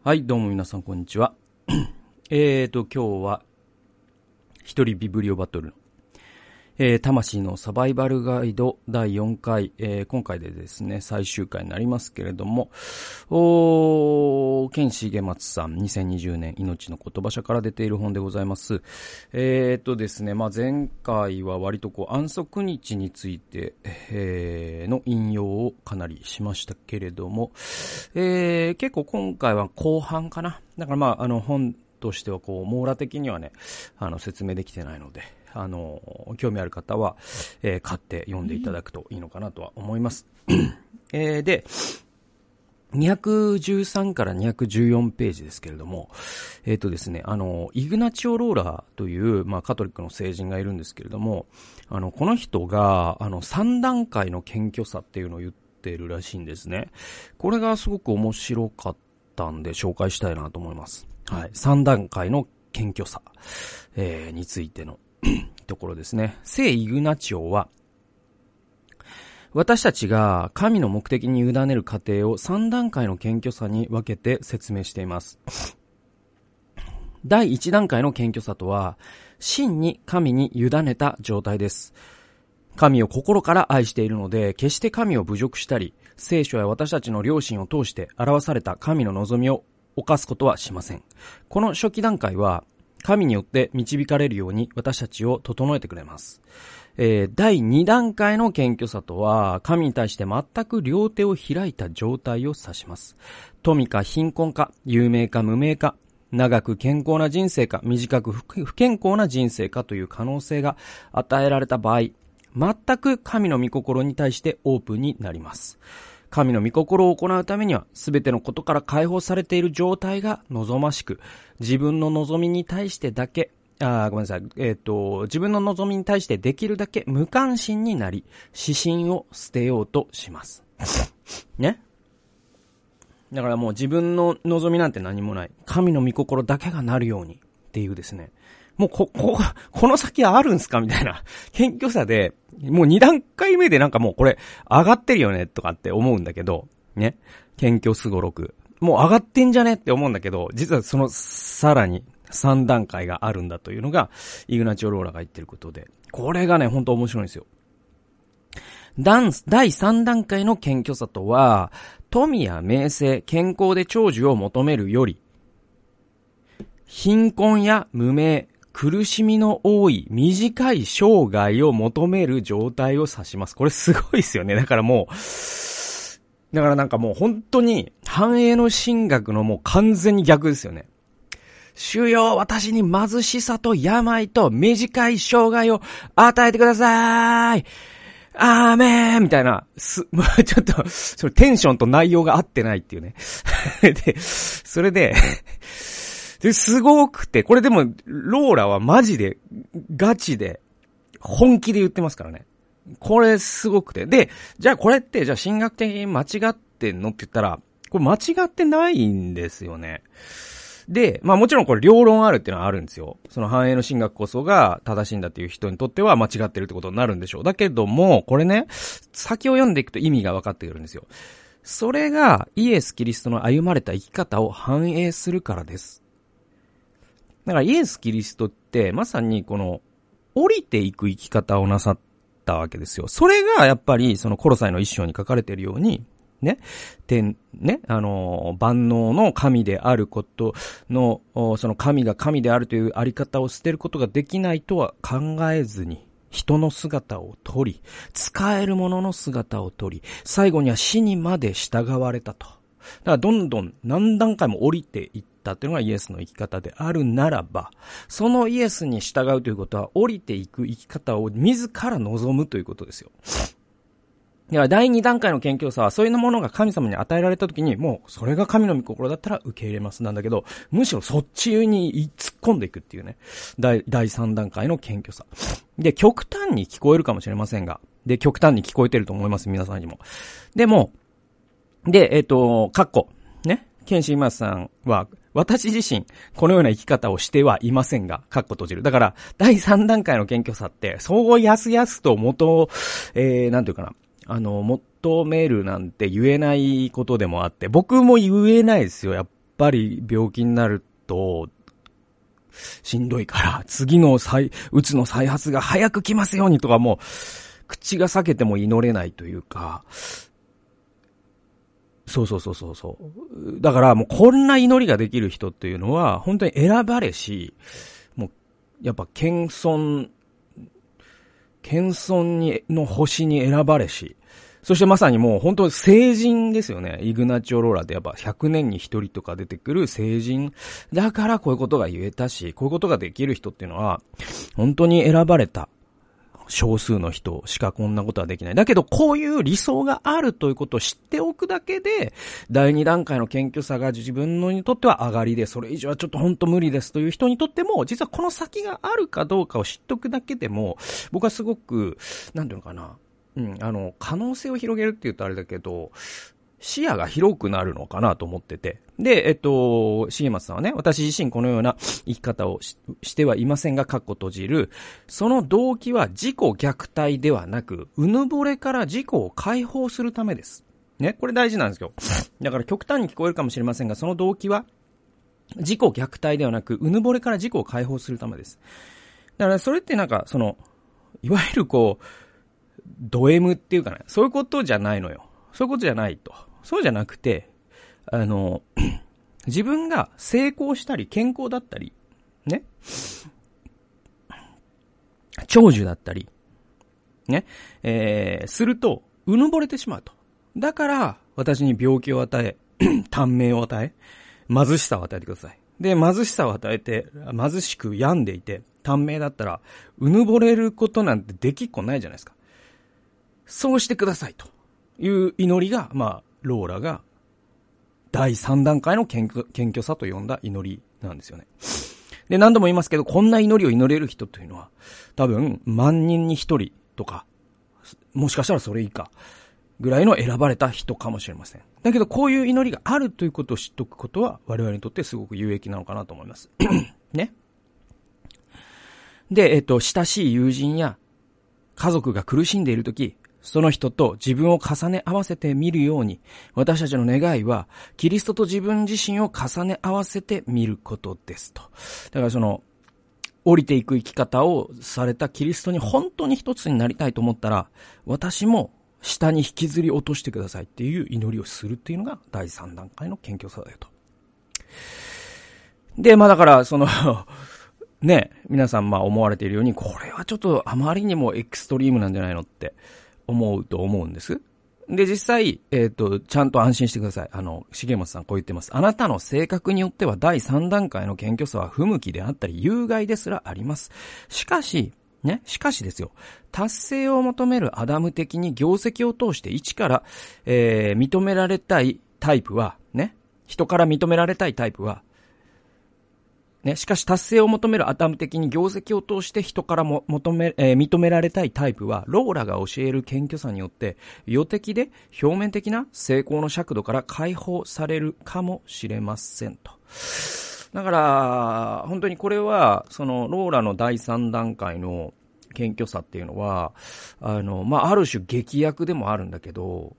はい、どうも皆さんこんにちは。今日は一人ビブリオバトルの、魂のサバイバルガイド第4回、今回でですね、最終回になりますけれども、ケンシゲマツさん、2020年命の言葉社から出ている本でございます。ですね、前回は割と安息日について、の引用をかなりしましたけれども、結構今回は後半かな。だから本としては網羅的にはね、説明できてないので、興味ある方は、買って読んでいただくといいのかなとは思います。で、213から214ページですけれども、ですね、イグナチオ・ローラーという、カトリックの聖人がいるんですけれども、この人が、3段階の謙虚さっていうのを言っているらしいんですね。これがすごく面白かったんで紹介したいなと思います。はい。3段階の謙虚さ、についてのところですね。聖イグナチオは、私たちが神の目的に委ねる過程を3段階の謙虚さに分けて説明しています。第1段階の謙虚さとは、真に神に委ねた状態です。神を心から愛しているので、決して神を侮辱したり、聖書や私たちの良心を通して表された神の望みを犯すことはしません。この初期段階は、神によって導かれるように私たちを整えてくれます。第2段階の謙虚さとは、神に対して全く両手を開いた状態を指します。富か貧困か、有名か無名か、長く健康な人生か、短く不健康な人生かという可能性が与えられた場合、全く神の御心に対してオープンになります。神の御心を行うためには、すべてのことから解放されている状態が望ましく、自分の望みに対してだけ、自分の望みに対してできるだけ無関心になり、指針を捨てようとします。ね。だからもう自分の望みなんて何もない。神の御心だけがなるようにっていうですね。もうこの先はあるんすかみたいな謙虚さで、もう2段階目でもうこれ上がってるよねとかって思うんだけど、ね。謙虚すごろく。もう上がってんじゃねって思うんだけど、実はそのさらに3段階があるんだというのが、イグナチオ・ローラが言ってることで、これがね、本当面白いんですよ。第3段階の謙虚さとは、富や名声、健康で長寿を求めるより、貧困や無名、苦しみの多い短い生涯を求める状態を指します。これすごいですよね。だからもう本当に繁栄の神学のもう完全に逆ですよね。主よ、私に貧しさと病と短い生涯を与えてください。アーメンみたいな、もうちょっと、それテンションと内容が合ってないっていうね。で、それで、すごくて、これでも、ローラはマジで、ガチで、本気で言ってますからね。これすごくて。で、じゃあこれって、神学的に間違ってんのって言ったら、これ間違ってないんですよね。で、もちろんこれ両論あるっていうのはあるんですよ。その繁栄の神学こそが正しいんだっていう人にとっては間違ってるってことになるんでしょう。だけども、これね、先を読んでいくと意味が分かってくるんですよ。それがイエス・キリストの歩まれた生き方を反映するからです。だからイエス・キリストってまさにこの降りていく生き方をなさったわけですよ。それがやっぱりそのコロサイの一章に書かれているように、万能の神であることの、その神が神であるというあり方を捨てることができないとは考えずに、人の姿を取り、使えるものの姿を取り、最後には死にまで従われたと。だからどんどん何段階も降りていったというのがイエスの生き方であるならば、そのイエスに従うということは降りていく生き方を自ら望むということですよ。だから第2段階の謙虚さはそういうものが神様に与えられたときにもうそれが神の御心だったら受け入れますなんだけど、むしろそっちに突っ込んでいくっていうね。第3段階の謙虚さ。で、極端に聞こえるかもしれませんが。で、極端に聞こえてると思います、皆さんにも。でも、ね。ケンシーマスさんは、私自身、このような生き方をしてはいませんが、閉じる。だから、第3段階の謙虚さって、そうやすやすと求めるなんて言えないことでもあって、僕も言えないですよ。やっぱり病気になると、しんどいから、次のうつの再発が早く来ますようにとかもう、口が裂けても祈れないというか、そう。だからもうこんな祈りができる人っていうのは、本当に選ばれし、もう、やっぱ謙遜の星に選ばれし、そしてまさにもう本当聖人ですよね。イグナチオ・ローラってやっぱ100年に1人とか出てくる聖人。だからこういうことが言えたし、こういうことができる人っていうのは、本当に選ばれた少数の人しかこんなことはできない。だけどこういう理想があるということを知っておくだけで、第2段階の謙虚さが自分のにとっては上がりで、それ以上はちょっと本当無理ですという人にとっても、実はこの先があるかどうかを知っておくだけでも、僕はすごく、なんていうのかな、可能性を広げるって言うとあれだけど、視野が広くなるのかなと思ってて。で、重松さんはね、私自身このような生き方を してはいませんが、かっこ閉じる。その動機は自己虐待ではなく、うぬぼれから自己を解放するためです。ね、これ大事なんですよ。だから極端に聞こえるかもしれませんが、その動機は自己虐待ではなく、うぬぼれから自己を解放するためです。だからそれってなんか、いわゆるこう、ド M っていうかね、そういうことじゃないのよ。そういうことじゃないと。そうじゃなくて、自分が成功したり、健康だったり、ね、長寿だったり、ね、すると、うぬぼれてしまうと。だから、私に病気を与え、短命を与え、貧しさを与えてください。で、貧しさを与えて、貧しく病んでいて、短命だったら、うぬぼれることなんてできっこないじゃないですか。そうしてくださいという祈りが、ローラが第3段階の謙虚さと呼んだ祈りなんですよね。で、何度も言いますけど、こんな祈りを祈れる人というのは、多分、万人に一人とか、もしかしたらそれ以下ぐらいの選ばれた人かもしれません。だけど、こういう祈りがあるということを知っておくことは、我々にとってすごく有益なのかなと思います。ね。で、親しい友人や家族が苦しんでいるとき、その人と自分を重ね合わせてみるように、私たちの願いは、キリストと自分自身を重ね合わせてみることですと。だから降りていく生き方をされたキリストに本当に一つになりたいと思ったら、私も下に引きずり落としてくださいっていう祈りをするっていうのが第3段階の謙虚さだよと。で、だからね、皆さん思われているように、これはちょっとあまりにもエクストリームなんじゃないのって思うと思うんです。で、実際、ちゃんと安心してください。重松さんこう言ってます。あなたの性格によっては第3段階の謙虚さは不向きであったり、有害ですらあります。しかしですよ。達成を求めるアダム的に業績を通して一から、認められたいタイプは、ね、人から認められたいタイプは、ね、しかし達成を求めるアダム的に業績を通して人からも認められたいタイプは、ローラが教える謙虚さによって、予的で表面的な成功の尺度から解放されるかもしれませんと。だから、本当にこれは、ローラの第3段階の謙虚さっていうのは、ある種劇薬でもあるんだけど、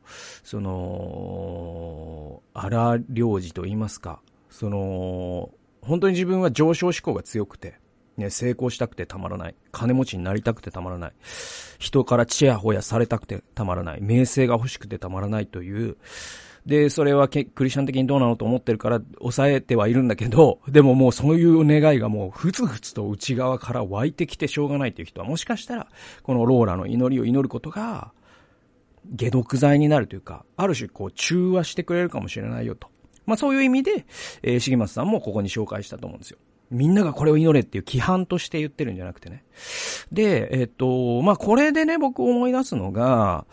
荒領事と言いますか、本当に自分は上昇志向が強くて、ね、成功したくてたまらない。金持ちになりたくてたまらない。人からチヤホヤされたくてたまらない。名声が欲しくてたまらないという。で、それはクリスチャン的にどうなのと思ってるから抑えてはいるんだけど、でももうそういう願いがもうふつふつと内側から湧いてきてしょうがないという人は、もしかしたら、このローラの祈りを祈ることが、解毒剤になるというか、ある種中和してくれるかもしれないよと。そういう意味で、重松さんもここに紹介したと思うんですよ。みんながこれを祈れっていう規範として言ってるんじゃなくてね。で、これでね、僕思い出すのが、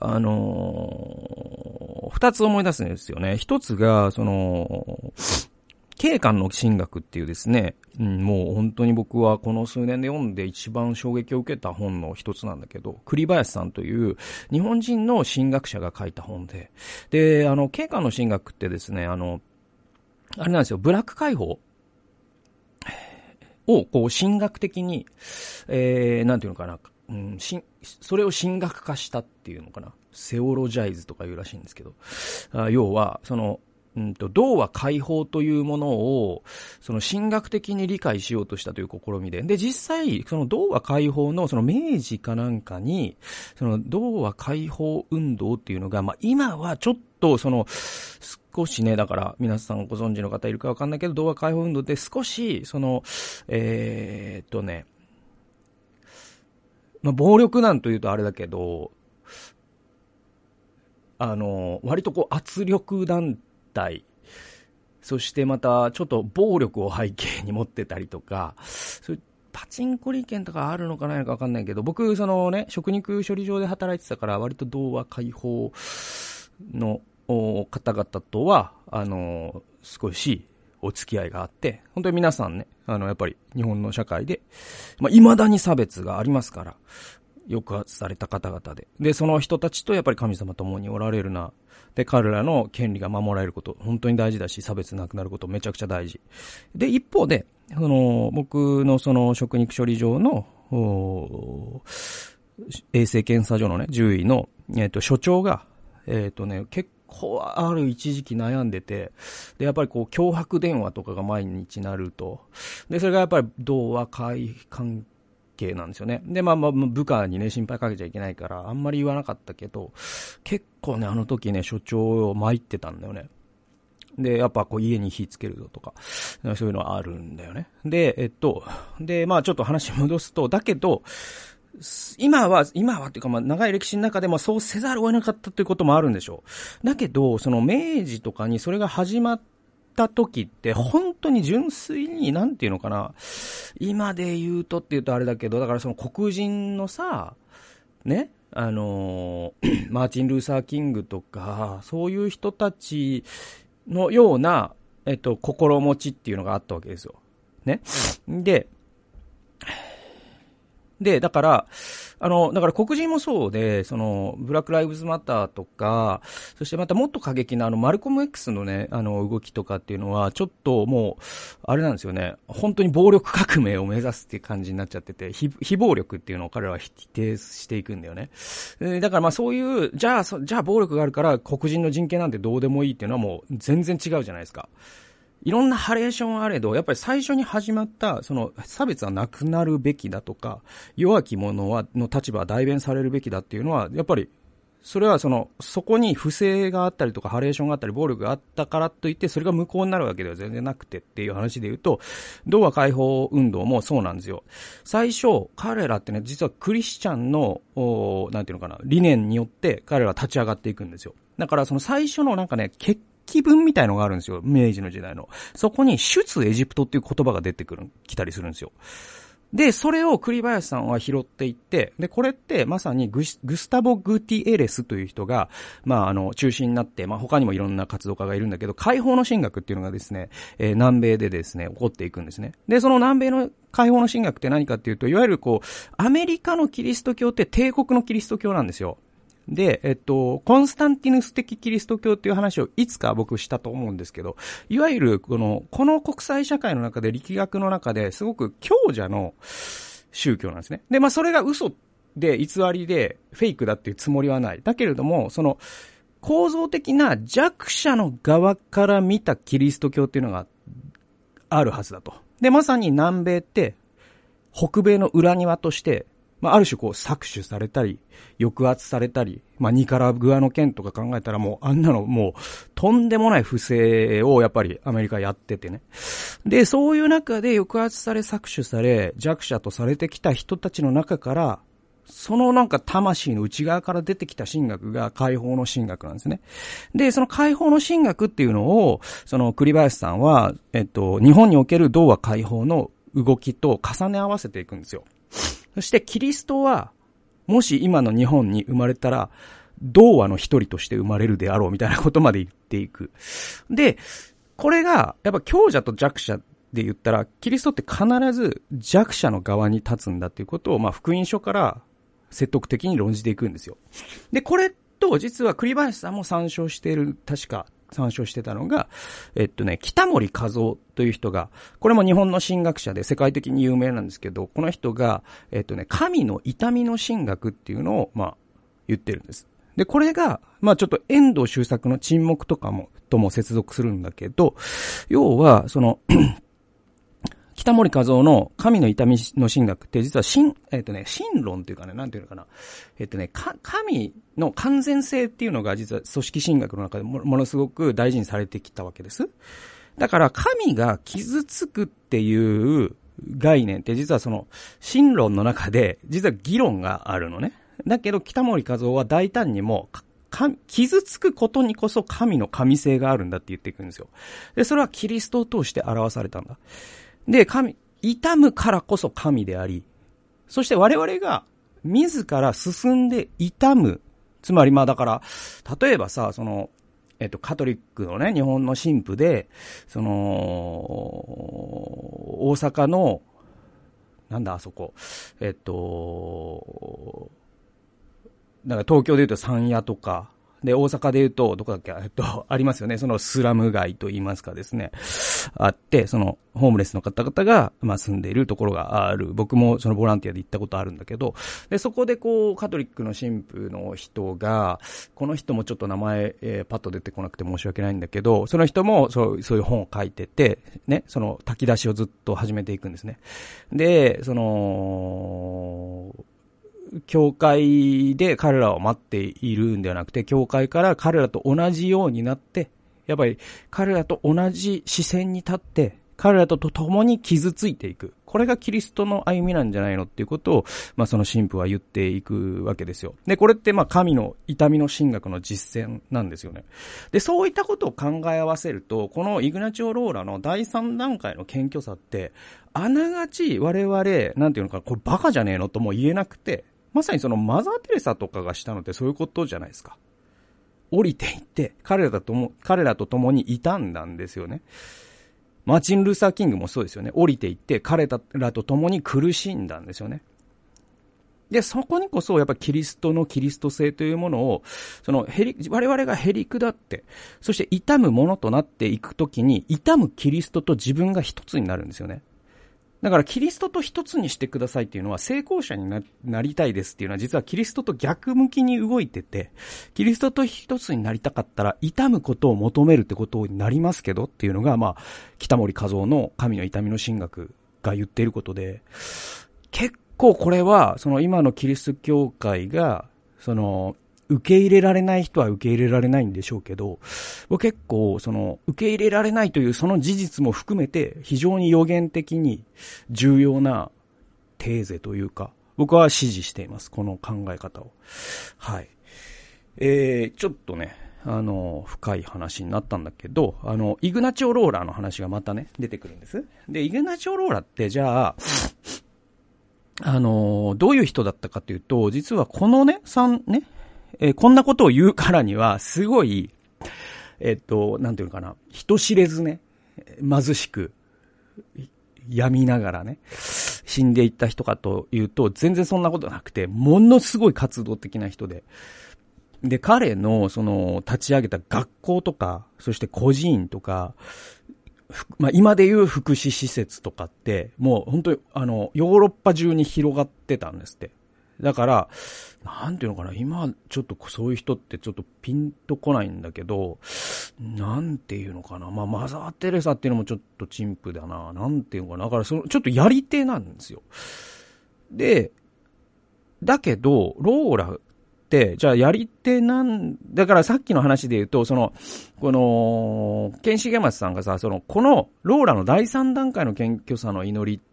二つ思い出すんですよね。一つが、慶寛の神学っていうですね、もう本当に僕はこの数年で読んで一番衝撃を受けた本の一つなんだけど、栗林さんという日本人の神学者が書いた本で、で、慶寛の神学ってですね、あれなんですよ、ブラック解放を神学的に、なんていうのかな、それを神学化したっていうのかな、セオロジャイズとかいうらしいんですけど、要は、 童話解放というものを、その神学的に理解しようとしたという試みで。で、実際、その童話解放の、その明治かなんかに、その童話解放運動っていうのが、今はちょっと、少しね、だから皆さんご存知の方いるかわかんないけど、童話解放運動って少し、暴力団というとあれだけど、割と圧力団体、そしてまたちょっと暴力を背景に持ってたりとか、そういうパチンコ利権とかあるのかないのかわかんないけど、僕食肉処理場で働いてたから割と童話解放の方々とは少しお付き合いがあって、本当に皆さんね、やっぱり日本の社会で未だに差別がありますから、抑圧された方々で、その人たちとやっぱり神様共におられるな。で、彼らの権利が守られること、本当に大事だし、差別なくなることめちゃくちゃ大事。で、一方で、僕の食肉処理場の、衛生検査所のね、獣医の、所長が、結構ある一時期悩んでて、で、やっぱり脅迫電話とかが毎日なると。で、それがやっぱり童話関係なんですよね。で、部下にね、心配かけちゃいけないから、あんまり言わなかったけど、結構ね、あの時ね、所長を参ってたんだよね。で、やっぱ家に火つけるぞとか、そういうのはあるんだよね。で、ちょっと話戻すと、だけど、今はっていうか長い歴史の中でもそうせざるを得なかったということもあるんでしょう。だけど、明治とかにそれが始まった時って本当に純粋になんていうのかな、今で言うとって言うとあれだけど、だから黒人のさ、ね、マーティン・ルーサー・キングとかそういう人たちのような心持ちっていうのがあったわけですよ。ね。で、だから黒人もそうで、ブラックライブズマターとか、そしてまたもっと過激なマルコム X のね、動きとかっていうのは、ちょっともう、あれなんですよね、本当に暴力革命を目指すっていう感じになっちゃってて、非暴力っていうのを彼らは否定していくんだよね。だからそういう、じゃあ暴力があるから黒人の人権なんてどうでもいいっていうのはもう全然違うじゃないですか。いろんなハレーションあれど、やっぱり最初に始まった、差別はなくなるべきだとか、弱き者の立場は代弁されるべきだっていうのは、やっぱり、それはそこに不正があったりとか、ハレーションがあったり、暴力があったからといって、それが無効になるわけでは全然なくてっていう話で言うと、童話解放運動もそうなんですよ。最初、彼らってね、実はクリスチャンの、なんていうのかな、理念によって彼らは立ち上がっていくんですよ。だから最初のなんかね、気分みたいのがあるんですよ。明治の時代の。そこに出エジプトっていう言葉が来たりするんですよ。で、それを栗林さんは拾っていって、で、これってまさにグスタボ・グティエレスという人が、中心になって、他にもいろんな活動家がいるんだけど、解放の神学っていうのがですね、南米でですね、起こっていくんですね。で、その南米の解放の神学って何かっていうと、いわゆるアメリカのキリスト教って帝国のキリスト教なんですよ。で、コンスタンティヌス的キリスト教っていう話をいつか僕したと思うんですけど、いわゆるこの国際社会の中で力学の中ですごく強者の宗教なんですね。で、それが嘘で偽りでフェイクだっていうつもりはない。だけれども、構造的な弱者の側から見たキリスト教っていうのがあるはずだと。で、まさに南米って北米の裏庭として、ある種搾取されたり、抑圧されたり、ニカラグアの件とか考えたらもうあんなのもうとんでもない不正をやっぱりアメリカやっててね。で、そういう中で抑圧され搾取され弱者とされてきた人たちの中から、そのなんか魂の内側から出てきた神学が解放の神学なんですね。で、その解放の神学っていうのを、栗林さんは、日本における童話解放の動きと重ね合わせていくんですよ。そしてキリストは、もし今の日本に生まれたら、童話の一人として生まれるであろうみたいなことまで言っていく。で、これが、やっぱ強者と弱者で言ったら、キリストって必ず弱者の側に立つんだっていうことを、福音書から説得的に論じていくんですよ。で、これと実は栗林さんも参照している、確か、参照してたのが、北森和夫という人が、これも日本の神学者で世界的に有名なんですけど、この人が、神の痛みの神学っていうのを、言ってるんです。 で、これが、まあちょっと遠藤周作の沈黙とかとも接続するんだけど、要は、北森和夫の神の痛みの神学って実は神論っていうかね、なんていうのかな。神の完全性っていうのが実は組織神学の中でものすごく大事にされてきたわけです。だから神が傷つくっていう概念って実は神論の中で実は議論があるのね。だけど北森和夫は大胆にも傷つくことにこそ神の神性があるんだって言っていくんですよ。で、それはキリストを通して表されたんだ。で、痛むからこそ神であり、そして我々が自ら進んで痛む。つまりだから、例えばさ、カトリックのね、日本の神父で、大阪の、なんだあそこ、だから東京で言うと山谷とか、で、大阪で言うと、どこだっけ、ありますよね。スラム街と言いますかですね。あって、ホームレスの方々が、住んでいるところがある。僕もボランティアで行ったことあるんだけど、で、そこでカトリックの神父の人が、この人もちょっと名前、パッと出てこなくて申し訳ないんだけど、その人も、そういう本を書いてて、ね、炊き出しをずっと始めていくんですね。で、教会で彼らを待っているんではなくて、教会から彼らと同じようになって、やっぱり彼らと同じ視線に立って、彼らと共に傷ついていく。これがキリストの歩みなんじゃないのっていうことを、その神父は言っていくわけですよ。で、これって神の痛みの神学の実践なんですよね。で、そういったことを考え合わせると、このイグナチオ・ローラの第3段階の謙虚さって、あながち我々、なんていうのか、これバカじゃねえのとも言えなくて、まさにマザー・テレサとかがしたのってそういうことじゃないですか。降りていって、彼らと共に傷んだんですよね。マーチン・ルーサー・キングもそうですよね。降りていって、彼らと共に苦しんだんですよね。で、そこにこそ、やっぱキリストのキリスト性というものを、我々がへり下って、そして痛むものとなっていくときに、痛むキリストと自分が一つになるんですよね。だからキリストと一つにしてくださいっていうのは成功者に なりたいですっていうのは実はキリストと逆向きに動いてて、キリストと一つになりたかったら痛むことを求めるってことになりますけどっていうのが北森和夫の神の痛みの神学が言っていることで、結構これは今のキリスト教会が受け入れられない人は受け入れられないんでしょうけど、僕結構受け入れられないというその事実も含めて非常に予言的に重要なテーゼというか、僕は支持しています。この考え方を。はい。ちょっとね、深い話になったんだけど、イグナチオ・ローラの話がまたね、出てくるんです。で、イグナチオ・ローラってじゃあ、どういう人だったかというと、実はこのね、こんなことを言うからには、すごい、なんていうのかな、人知れずね、貧しく、病みながらね、死んでいった人かというと、全然そんなことなくて、ものすごい活動的な人で、で、彼の、立ち上げた学校とか、そして孤児院とか、今でいう福祉施設とかって、もう本当に、ヨーロッパ中に広がってたんですって。だから、なんていうのかな、今、ちょっとそういう人ってちょっとピンとこないんだけど、なんていうのかな、マザー・テレサっていうのもちょっと陳腐だな、なんていうのかな、だからちょっとやり手なんですよ。で、だけど、ローラって、じゃあやり手だからさっきの話で言うと、この、ケンシゲマスさんがさ、この、ローラの第3段階の謙虚さの祈りって、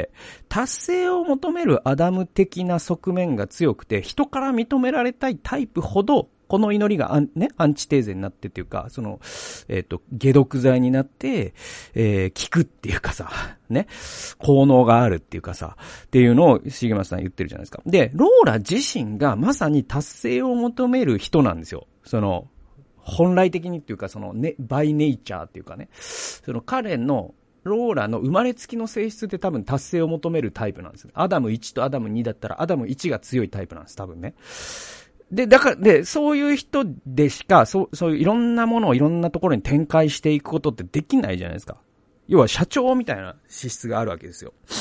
達成を求めるアダム的な側面が強くて、人から認められたいタイプほど、この祈りがアンチテーゼになってっていうか、解毒剤になって、効くっていうかさ、ね、効能があるっていうかさ、っていうのを重松さん言ってるじゃないですか。で、ローラ自身がまさに達成を求める人なんですよ。本来的にっていうか、バイネイチャーっていうかね、彼の、ローラの生まれつきの性質って多分達成を求めるタイプなんです。アダム1とアダム2だったらアダム1が強いタイプなんです、多分ね。で、そういう人でしか、そういういろんなものをいろんなところに展開していくことってできないじゃないですか。要は社長みたいな資質があるわけですよ。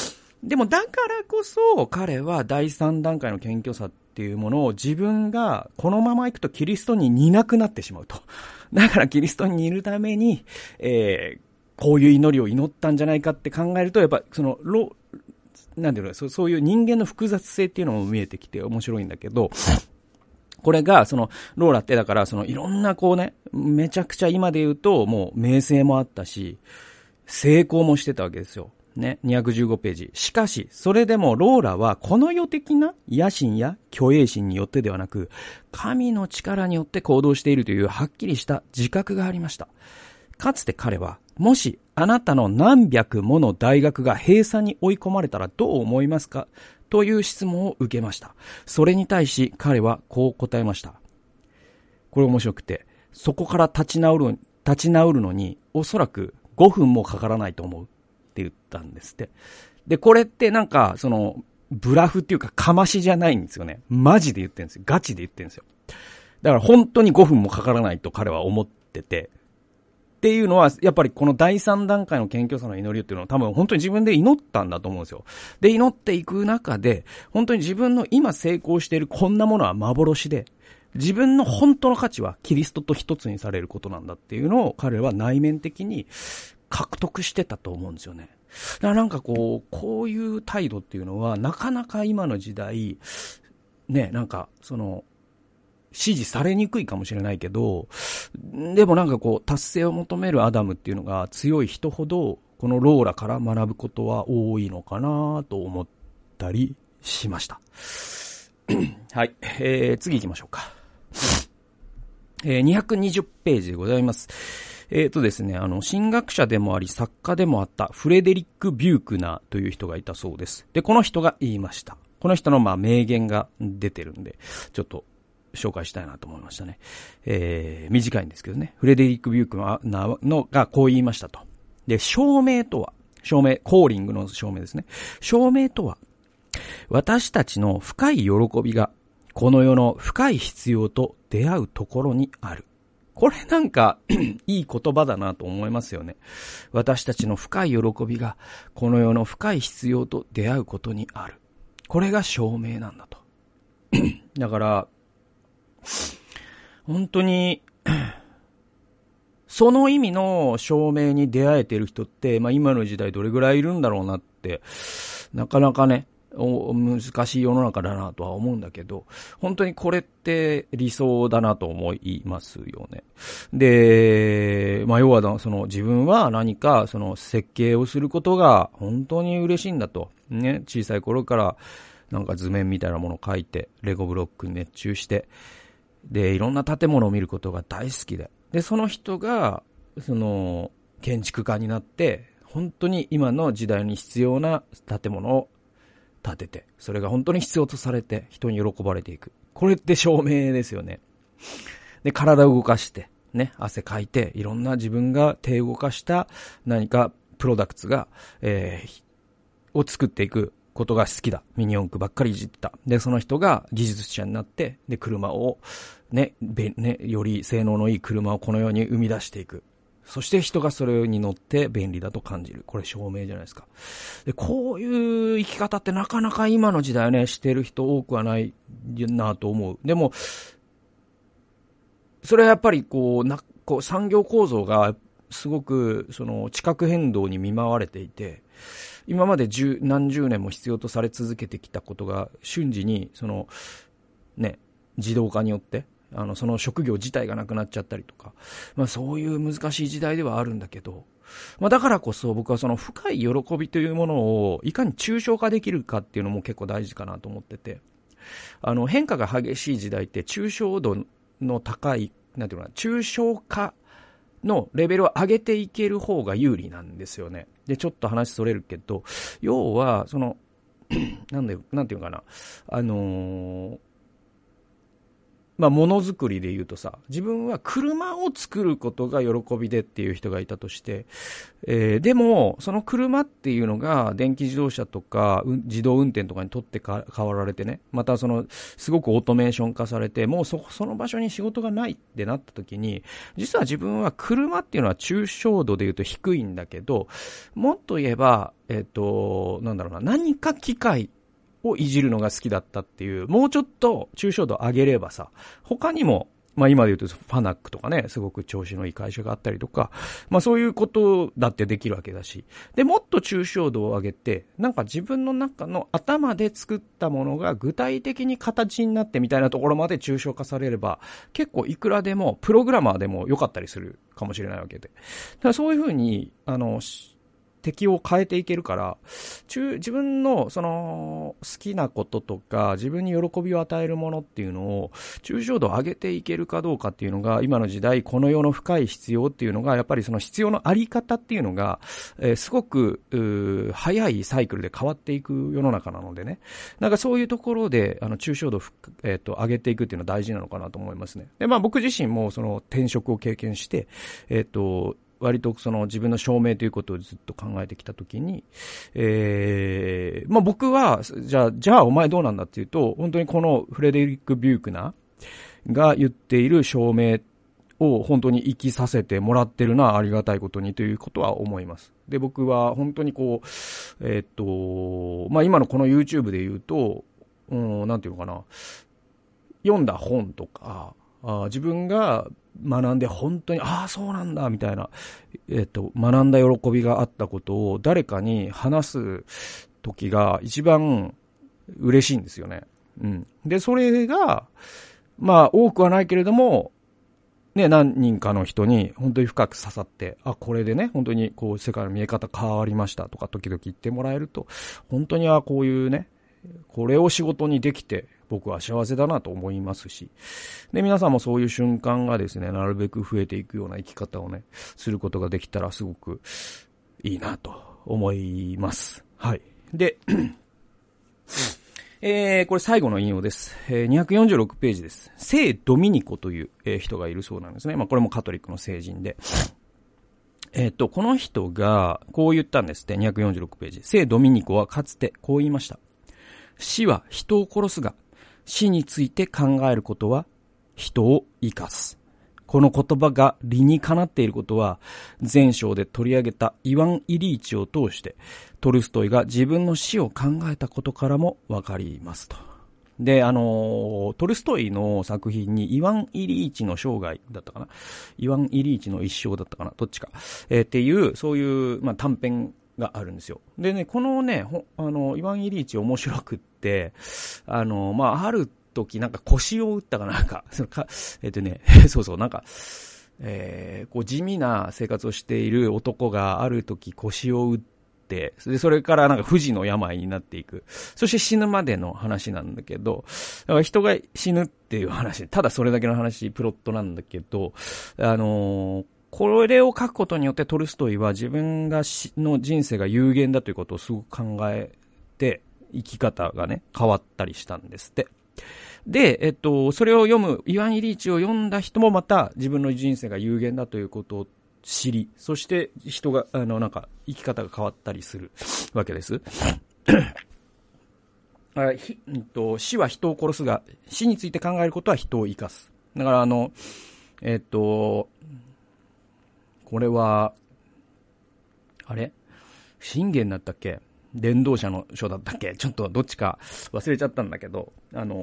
でもだからこそ彼は第3段階の謙虚さっていうものを自分がこのまま行くとキリストに似なくなってしまうと。だからキリストに似るために、こういう祈りを祈ったんじゃないかって考えると、やっぱなんていうの、そういう人間の複雑性っていうのも見えてきて面白いんだけど、これが、ローラってだから、いろんなめちゃくちゃ今で言うと、もう名声もあったし、成功もしてたわけですよ。ね、215ページ。しかし、それでもローラはこの世的な野心や虚栄心によってではなく、神の力によって行動しているというはっきりした自覚がありました。かつて彼は、もしあなたの何百もの大学が閉鎖に追い込まれたらどう思いますかという質問を受けました。それに対し彼はこう答えました。これ面白くて、そこから立ち直るのにおそらく5分もかからないと思うって言ったんですって。で、これってブラフっていうかかましじゃないんですよね。マジで言ってるんですよ。ガチで言ってるんですよ。だから本当に5分もかからないと彼は思ってて。っていうのは、やっぱりこの第3段階の謙虚さの祈りっていうのは多分本当に自分で祈ったんだと思うんですよ。で、祈っていく中で、本当に自分の今成功しているこんなものは幻で、自分の本当の価値はキリストと一つにされることなんだっていうのを彼は内面的に獲得してたと思うんですよね。だからこういう態度っていうのはなかなか今の時代、ね、支持されにくいかもしれないけど、でも達成を求めるアダムっていうのが強い人ほど、このローラから学ぶことは多いのかなと思ったりしました。はい、次行きましょうか。220ページでございます。ですね、神学者でもあり作家でもあったフレデリック・ビュークナーという人がいたそうです。で、この人が言いました。この人の名言が出てるんで、ちょっと紹介したいなと思いましたね。短いんですけどね。フレデリック・ビュークナーがこう言いましたと。で、証明とは、コーリングの証明ですね。証明とは、私たちの深い喜びが、この世の深い必要と出会うところにある。これいい言葉だなと思いますよね。私たちの深い喜びが、この世の深い必要と出会うことにある。これが証明なんだと。だから、本当に、その意味の証明に出会えている人って、今の時代どれぐらいいるんだろうなって、なかなかね、難しい世の中だなとは思うんだけど、本当にこれって理想だなと思いますよね。で、要は自分は何か設計をすることが本当に嬉しいんだと。ね、小さい頃から図面みたいなものを描いて、レゴブロックに熱中して、で、いろんな建物を見ることが大好きで。で、その人が、建築家になって、本当に今の時代に必要な建物を建てて、それが本当に必要とされて、人に喜ばれていく。これって証明ですよね。で、体を動かして、ね、汗かいて、いろんな自分が手を動かした何かプロダクツが、を作っていくことが好きだ。ミニ四駆ばっかりいじってた。で、その人が技術者になって、で、車を、より性能のいい車をこのように生み出していく。そして人がそれに乗って便利だと感じる。これ証明じゃないですか。で、こういう生き方ってなかなか今の時代ね、してる人多くはないなと思う。でも、それはやっぱり産業構造がすごく地殻変動に見舞われていて、今まで何十年も必要とされ続けてきたことが瞬時に自動化によってその職業自体がなくなっちゃったりとか、そういう難しい時代ではあるんだけど、だからこそ僕はその深い喜びというものをいかに抽象化できるかっていうのも結構大事かなと思ってて、変化が激しい時代って抽象度の高い、抽象化のレベルを上げていける方が有利なんですよね。で、ちょっと話それるけど、要は、なんていうかな、 ものづくりで言うとさ、自分は車を作ることが喜びでっていう人がいたとして、でも、その車っていうのが電気自動車とか、自動運転とかにとって変わられてね、またすごくオートメーション化されて、もうその場所に仕事がないってなった時に、実は自分は車っていうのは抽象度で言うと低いんだけど、もっと言えば、何か機械をいじるのが好きだったっていう、もうちょっと抽象度上げればさ、他にも、今で言うとファナックとかね、すごく調子のいい会社があったりとか、そういうことだってできるわけだし、で、もっと抽象度を上げて、なんか自分の中の頭で作ったものが具体的に形になってみたいなところまで抽象化されれば、結構いくらでも、プログラマーでも良かったりするかもしれないわけで。だからそういうふうに、敵を変えていけるから、自分の好きなこととか、自分に喜びを与えるものっていうのを、抽象度を上げていけるかどうかっていうのが、今の時代、この世の深い必要っていうのが、やっぱりその必要のあり方っていうのが、すごく、早いサイクルで変わっていく世の中なのでね。なんかそういうところで、抽象度を、上げていくっていうのは大事なのかなと思いますね。で、僕自身も転職を経験して、割と自分の証明ということをずっと考えてきたときに、僕は、じゃあお前どうなんだっていうと、本当にこのフレデリック・ビュークナーが言っている証明を本当に生きさせてもらってるのはありがたいことにということは思います。で、僕は本当に今のこの YouTube で言うと、なんていうのかな、読んだ本とか、自分が学んで本当に、そうなんだ、みたいな、学んだ喜びがあったことを誰かに話す時が一番嬉しいんですよね。うん。で、それが、多くはないけれども、ね、何人かの人に本当に深く刺さって、これでね、本当に世界の見え方変わりましたとか時々言ってもらえると、本当にこういうね、これを仕事にできて僕は幸せだなと思いますし、で、皆さんもそういう瞬間がですね、なるべく増えていくような生き方をね、することができたらすごくいいなと思います。はい。で、これ最後の引用です。246ページです。聖ドミニコという、人がいるそうなんですね。これもカトリックの聖人で。この人がこう言ったんですって、246ページ。聖ドミニコはかつてこう言いました。死は人を殺すが、死について考えることは人を生かす。この言葉が理にかなっていることは、前章で取り上げたイワン・イリーチを通して、トルストイが自分の死を考えたことからもわかりますと。で、トルストイの作品にイワン・イリーチの生涯だったかな、イワン・イリーチの一生だったかな、どっちか、っていう、そういう、短編があるんですよ。でね、このね、イワン・イリーチ面白くって、ある時なんか腰を打ったかなんか、そうそう、なんか、地味な生活をしている男がある時腰を打って、で、それからなんか不治の病になっていく。そして死ぬまでの話なんだけど、だから人が死ぬっていう話、ただそれだけの話、プロットなんだけど、これを書くことによってトルストイは自分の人生が有限だということをすごく考えて、生き方がね、変わったりしたんですって。で、それを読む、イワン・イリーチを読んだ人もまた自分の人生が有限だということを知り、そして人が、なんか、生き方が変わったりするわけです。死は人を殺すが、死について考えることは人を生かす。だからこれは、信玄だったっけ？伝道者の書だったっけ？ちょっとどっちか忘れちゃったんだけど、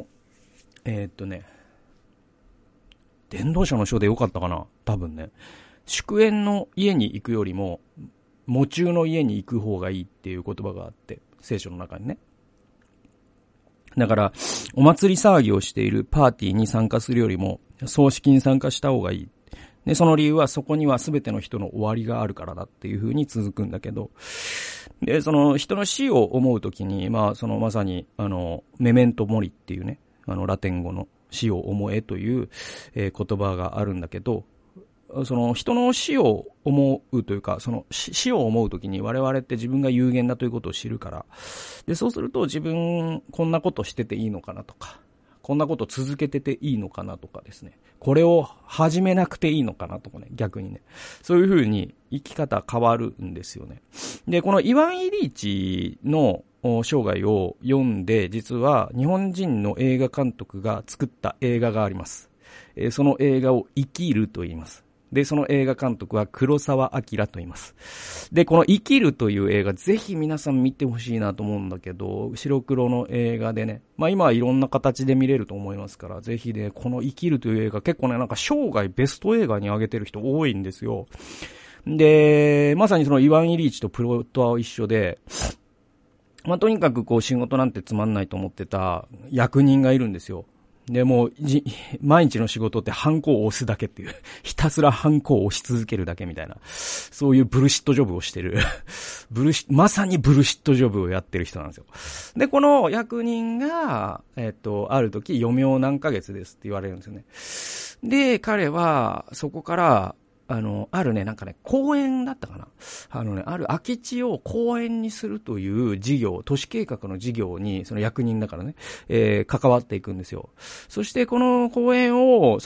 伝道者の書でよかったかな？多分ね。祝宴の家に行くよりも、喪中の家に行く方がいいっていう言葉があって、聖書の中にね。だから、お祭り騒ぎをしているパーティーに参加するよりも、葬式に参加した方がいい。で、その理由はそこには全ての人の終わりがあるからだっていう風に続くんだけど、で、その人の死を思うときに、まさに、メメントモリっていうね、ラテン語の死を思えという、言葉があるんだけど、その人の死を思うというか、その死を思うときに我々って自分が有限だということを知るから、で、そうすると自分こんなことしてていいのかなとか、 こんなこと続けてていいのかなとかですね。これを始めなくていいのかなとかね、逆にね。そういう風に生き方変わるんですよね。で、このイワン・イリーチの生涯を読んで、実は日本人の映画監督が作った映画があります。その映画を生きると言います。で、その映画監督は黒澤明と言います。で、この生きるという映画、ぜひ皆さん見てほしいなと思うんだけど、白黒の映画でね、まあ今はいろんな形で見れると思いますから、ぜひね、この生きるという映画、結構ね、なんか生涯ベスト映画に上げてる人多いんですよ。で、まさにそのイワン・イリーチとプロットは一緒で、まあとにかくこう仕事なんてつまんないと思ってた役人がいるんですよ。で、もう、毎日の仕事ってハンコを押すだけっていう、ひたすらハンコを押し続けるだけみたいな、そういうブルシットジョブをしてる、まさにブルシットジョブをやってる人なんですよ。で、この役人が、ある時、余命何ヶ月ですって言われるんですよね。で、彼は、そこから、あるね、なんかね、公園だったかな。ある空き地を公園にするという事業、都市計画の事業に、その役人だからね、関わっていくんですよ。そして、この公園を、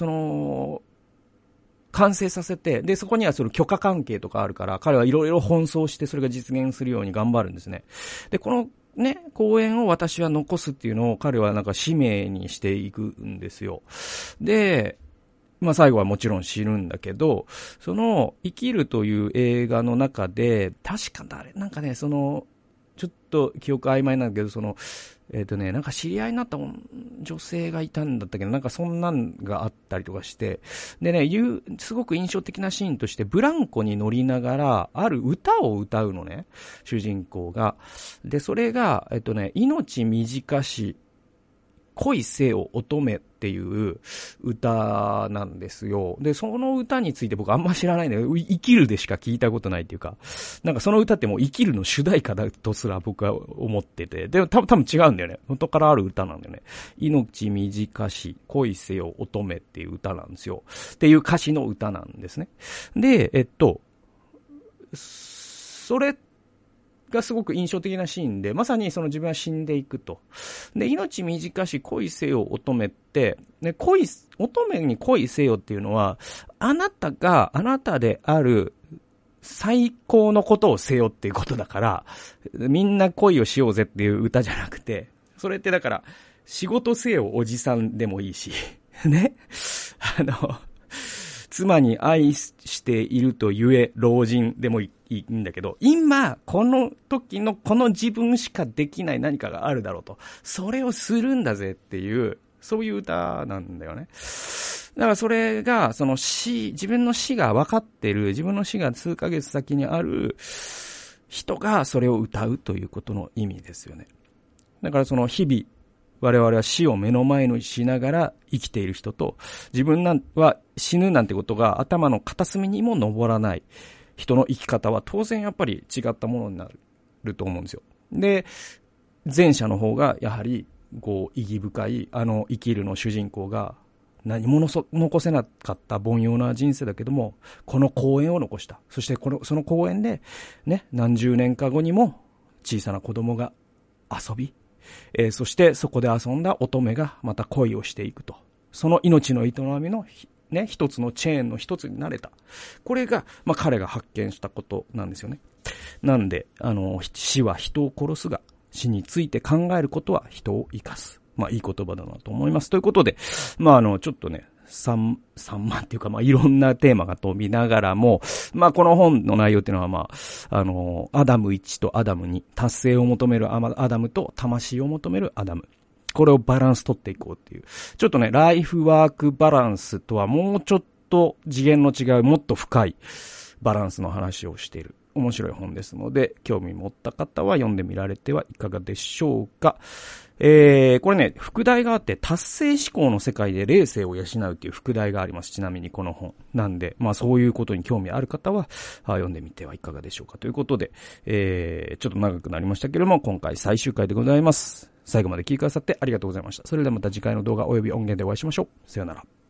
完成させて、で、そこにはその許可関係とかあるから、彼はいろいろ奔走してそれが実現するように頑張るんですね。で、この、ね、公園を私は残すっていうのを彼はなんか使命にしていくんですよ。で、まあ最後はもちろん死ぬんだけど、その生きるという映画の中で、確かなんかね、ちょっと記憶曖昧なんだけど、なんか知り合いになった女性がいたんだったけど、なんかそんなんがあったりとかして、でね、すごく印象的なシーンとして、ブランコに乗りながら、ある歌を歌うのね、主人公が。で、それが、命短し、恋せよ乙女っていう歌なんですよ。で、その歌について僕あんま知らないんだけど、生きるでしか聞いたことないっていうか、なんかその歌ってもう生きるの主題歌だとすら僕は思ってて、でも多分違うんだよね。元からある歌なんだよね。命短し、恋せよ乙女っていう歌なんですよ。っていう歌詞の歌なんですね。で、それがすごく印象的なシーンで、まさにその自分は死んでいくと。で、命短し恋せよ乙女って、ね、乙女に恋せよっていうのは、あなたがあなたである最高のことをせよっていうことだから、みんな恋をしようぜっていう歌じゃなくて、それってだから、仕事せよおじさんでもいいし、ね。妻に愛しているとゆえ老人でもいいんだけど、今、この時のこの自分しかできない何かがあるだろうと。それをするんだぜっていう、そういう歌なんだよね。だからそれが、自分の死が分かってる、自分の死が数ヶ月先にある人がそれを歌うということの意味ですよね。だからその日々、我々は死を目の前にしながら生きている人と、自分は死ぬなんてことが頭の片隅にも上らない人の生き方は当然やっぱり違ったものになると思うんですよ。で、前者の方がやはりこう意義深い生きるの主人公が何も残せなかった凡庸な人生だけども、この公園を残した。そしてその公園でね、何十年か後にも小さな子供が遊び、そしてそこで遊んだ乙女がまた恋をしていくと。その命の営みのね、一つのチェーンの一つになれた。これが、まあ彼が発見したことなんですよね。なんで、死は人を殺すが、死について考えることは人を生かす。まあいい言葉だなと思います。ということで、まあちょっとね、3万っていうか、まあ、いろんなテーマが飛びながらも、まあ、この本の内容っていうのは、まあ、アダム1とアダム2、達成を求めるアダムと魂を求めるアダム。これをバランス取っていこうっていう。ちょっとね、ライフワークバランスとはもうちょっと次元の違う、もっと深いバランスの話をしている。面白い本ですので、興味持った方は読んでみられてはいかがでしょうか。これね、副題があって、達成思考の世界で霊性を養うっていう副題があります。ちなみにこの本。なんで、まあそういうことに興味ある方は、読んでみてはいかがでしょうかということで、ちょっと長くなりましたけれども、今回最終回でございます。最後まで聞いてくださってありがとうございました。それではまた次回の動画及び音源でお会いしましょう。さよなら。